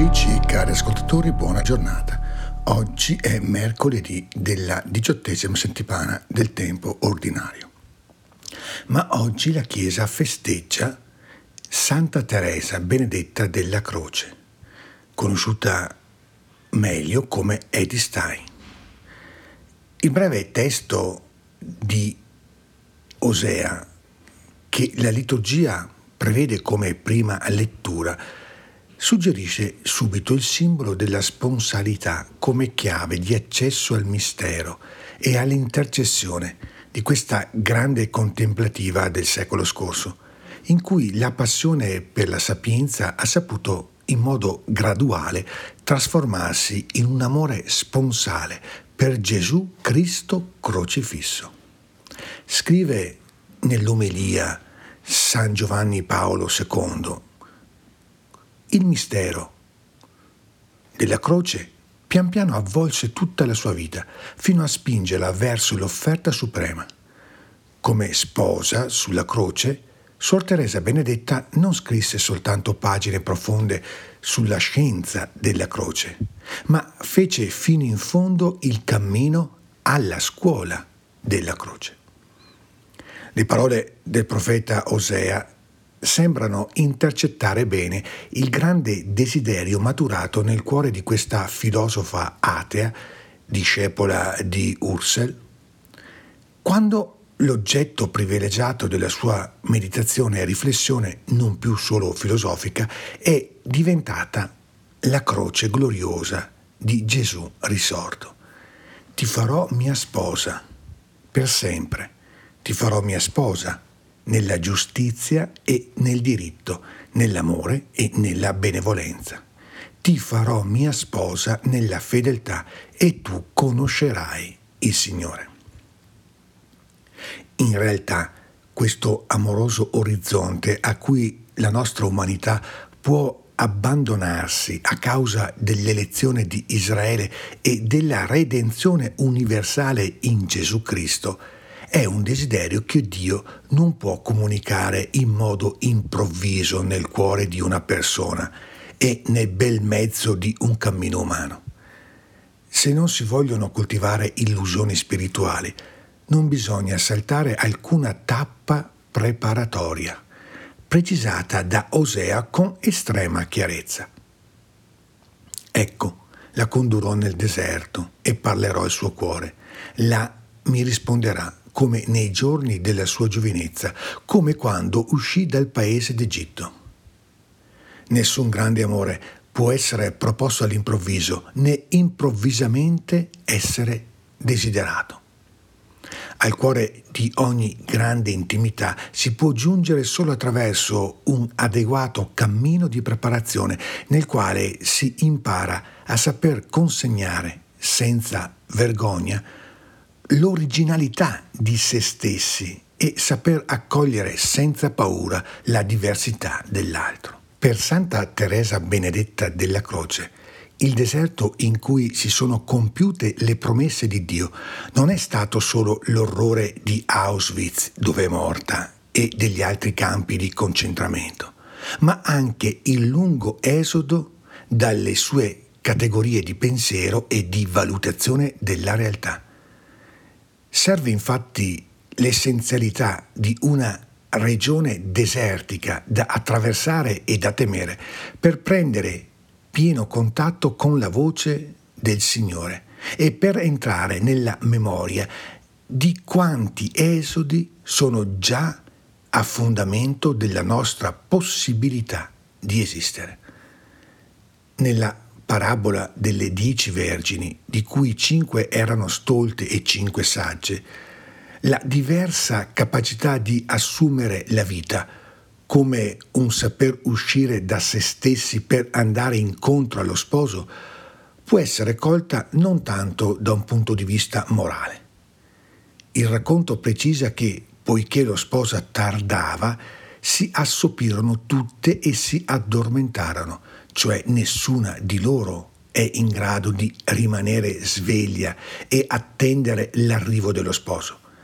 ascoltatrici e cari ascoltatori, buona giornata. Oggi è mercoledì della 18ª settimana del tempo ordinario. Ma oggi la Chiesa festeggia Santa Teresa Benedetta della Croce, conosciuta meglio come Edith Stein. Il breve testo di Osea, che la liturgia prevede come prima lettura, suggerisce subito il simbolo della sponsalità come chiave di accesso al mistero e all'intercessione di questa grande contemplativa del secolo scorso, in cui la passione per la sapienza ha saputo in modo graduale trasformarsi in un amore sponsale per Gesù Cristo crocifisso. Scrive nell'omelia San Giovanni Paolo II: il mistero della croce pian piano avvolse tutta la sua vita, fino a spingerla verso l'offerta suprema. Come sposa sulla croce, Suor Teresa Benedetta non scrisse soltanto pagine profonde sulla scienza della croce, ma fece fino in fondo il cammino alla scuola della croce. Le parole del profeta Osea sembrano intercettare bene il grande desiderio maturato nel cuore di questa filosofa atea, discepola di Husserl, quando l'oggetto privilegiato della sua meditazione e riflessione, non più solo filosofica, è diventata la croce gloriosa di Gesù risorto. Ti farò mia sposa per sempre, ti farò mia sposa nella giustizia e nel diritto, nell'amore e nella benevolenza. Ti farò mia sposa nella fedeltà e tu conoscerai il Signore. In realtà, questo amoroso orizzonte a cui la nostra umanità può abbandonarsi a causa dell'elezione di Israele e della redenzione universale in Gesù Cristo, è un desiderio che Dio non può comunicare in modo improvviso nel cuore di una persona e nel bel mezzo di un cammino umano. Se non si vogliono coltivare illusioni spirituali, non bisogna saltare alcuna tappa preparatoria, precisata da Osea con estrema chiarezza. Ecco, la condurrò nel deserto e parlerò al suo cuore. Là mi risponderà come nei giorni della sua giovinezza, come quando uscì dal paese d'Egitto. Nessun grande amore può essere proposto all'improvviso, né improvvisamente essere desiderato. Al cuore di ogni grande intimità si può giungere solo attraverso un adeguato cammino di preparazione nel quale si impara a saper consegnare senza vergogna l'originalità di se stessi e saper accogliere senza paura la diversità dell'altro. Per Santa Teresa Benedetta della Croce, il deserto in cui si sono compiute le promesse di Dio non è stato solo l'orrore di Auschwitz, dove è morta, e degli altri campi di concentramento, ma anche il lungo esodo dalle sue categorie di pensiero e di valutazione della realtà. Serve infatti l'essenzialità di una regione desertica da attraversare e da temere per prendere pieno contatto con la voce del Signore e per entrare nella memoria di quanti esodi sono già a fondamento della nostra possibilità di esistere. Nella parabola delle 10 vergini, di cui 5 erano stolte e 5 sagge, la diversa capacità di assumere la vita come un saper uscire da se stessi per andare incontro allo sposo può essere colta non tanto da un punto di vista morale. Il racconto precisa che, poiché lo sposo tardava, si assopirono tutte e si addormentarono, cioè nessuna di loro è in grado di rimanere sveglia e attendere l'arrivo dello sposo.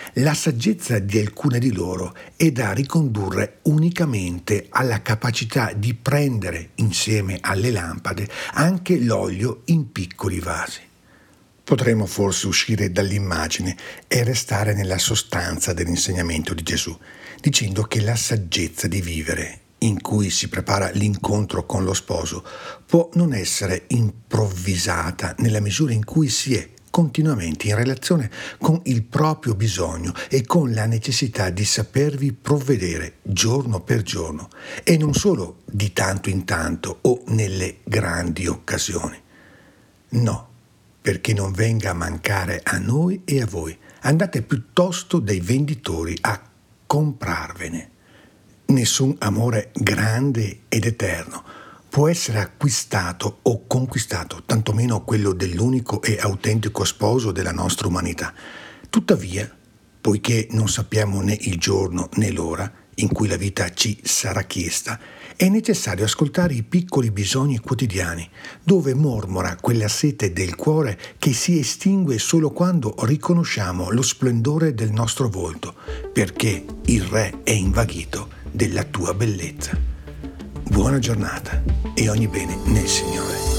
La saggezza di alcune di loro è da ricondurre unicamente alla capacità di prendere insieme alle lampade anche l'olio in piccoli vasi. Potremmo forse uscire dall'immagine e restare nella sostanza dell'insegnamento di Gesù, dicendo che la saggezza di vivere in cui si prepara l'incontro con lo sposo può non essere improvvisata nella misura in cui si è continuamente in relazione con il proprio bisogno e con la necessità di sapervi provvedere giorno per giorno e non solo di tanto in tanto o nelle grandi occasioni. No, perché non venga a mancare a noi e a voi. Andate piuttosto dai venditori a comprarvene. Nessun amore grande ed eterno può essere acquistato o conquistato, tantomeno quello dell'unico e autentico sposo della nostra umanità. Tuttavia, poiché non sappiamo né il giorno né l'ora in cui la vita ci sarà chiesta, è necessario ascoltare i piccoli bisogni quotidiani, dove mormora quella sete del cuore che si estingue solo quando riconosciamo lo splendore del nostro volto, perché il Re è invaghito della tua bellezza. Buona giornata e ogni bene nel Signore.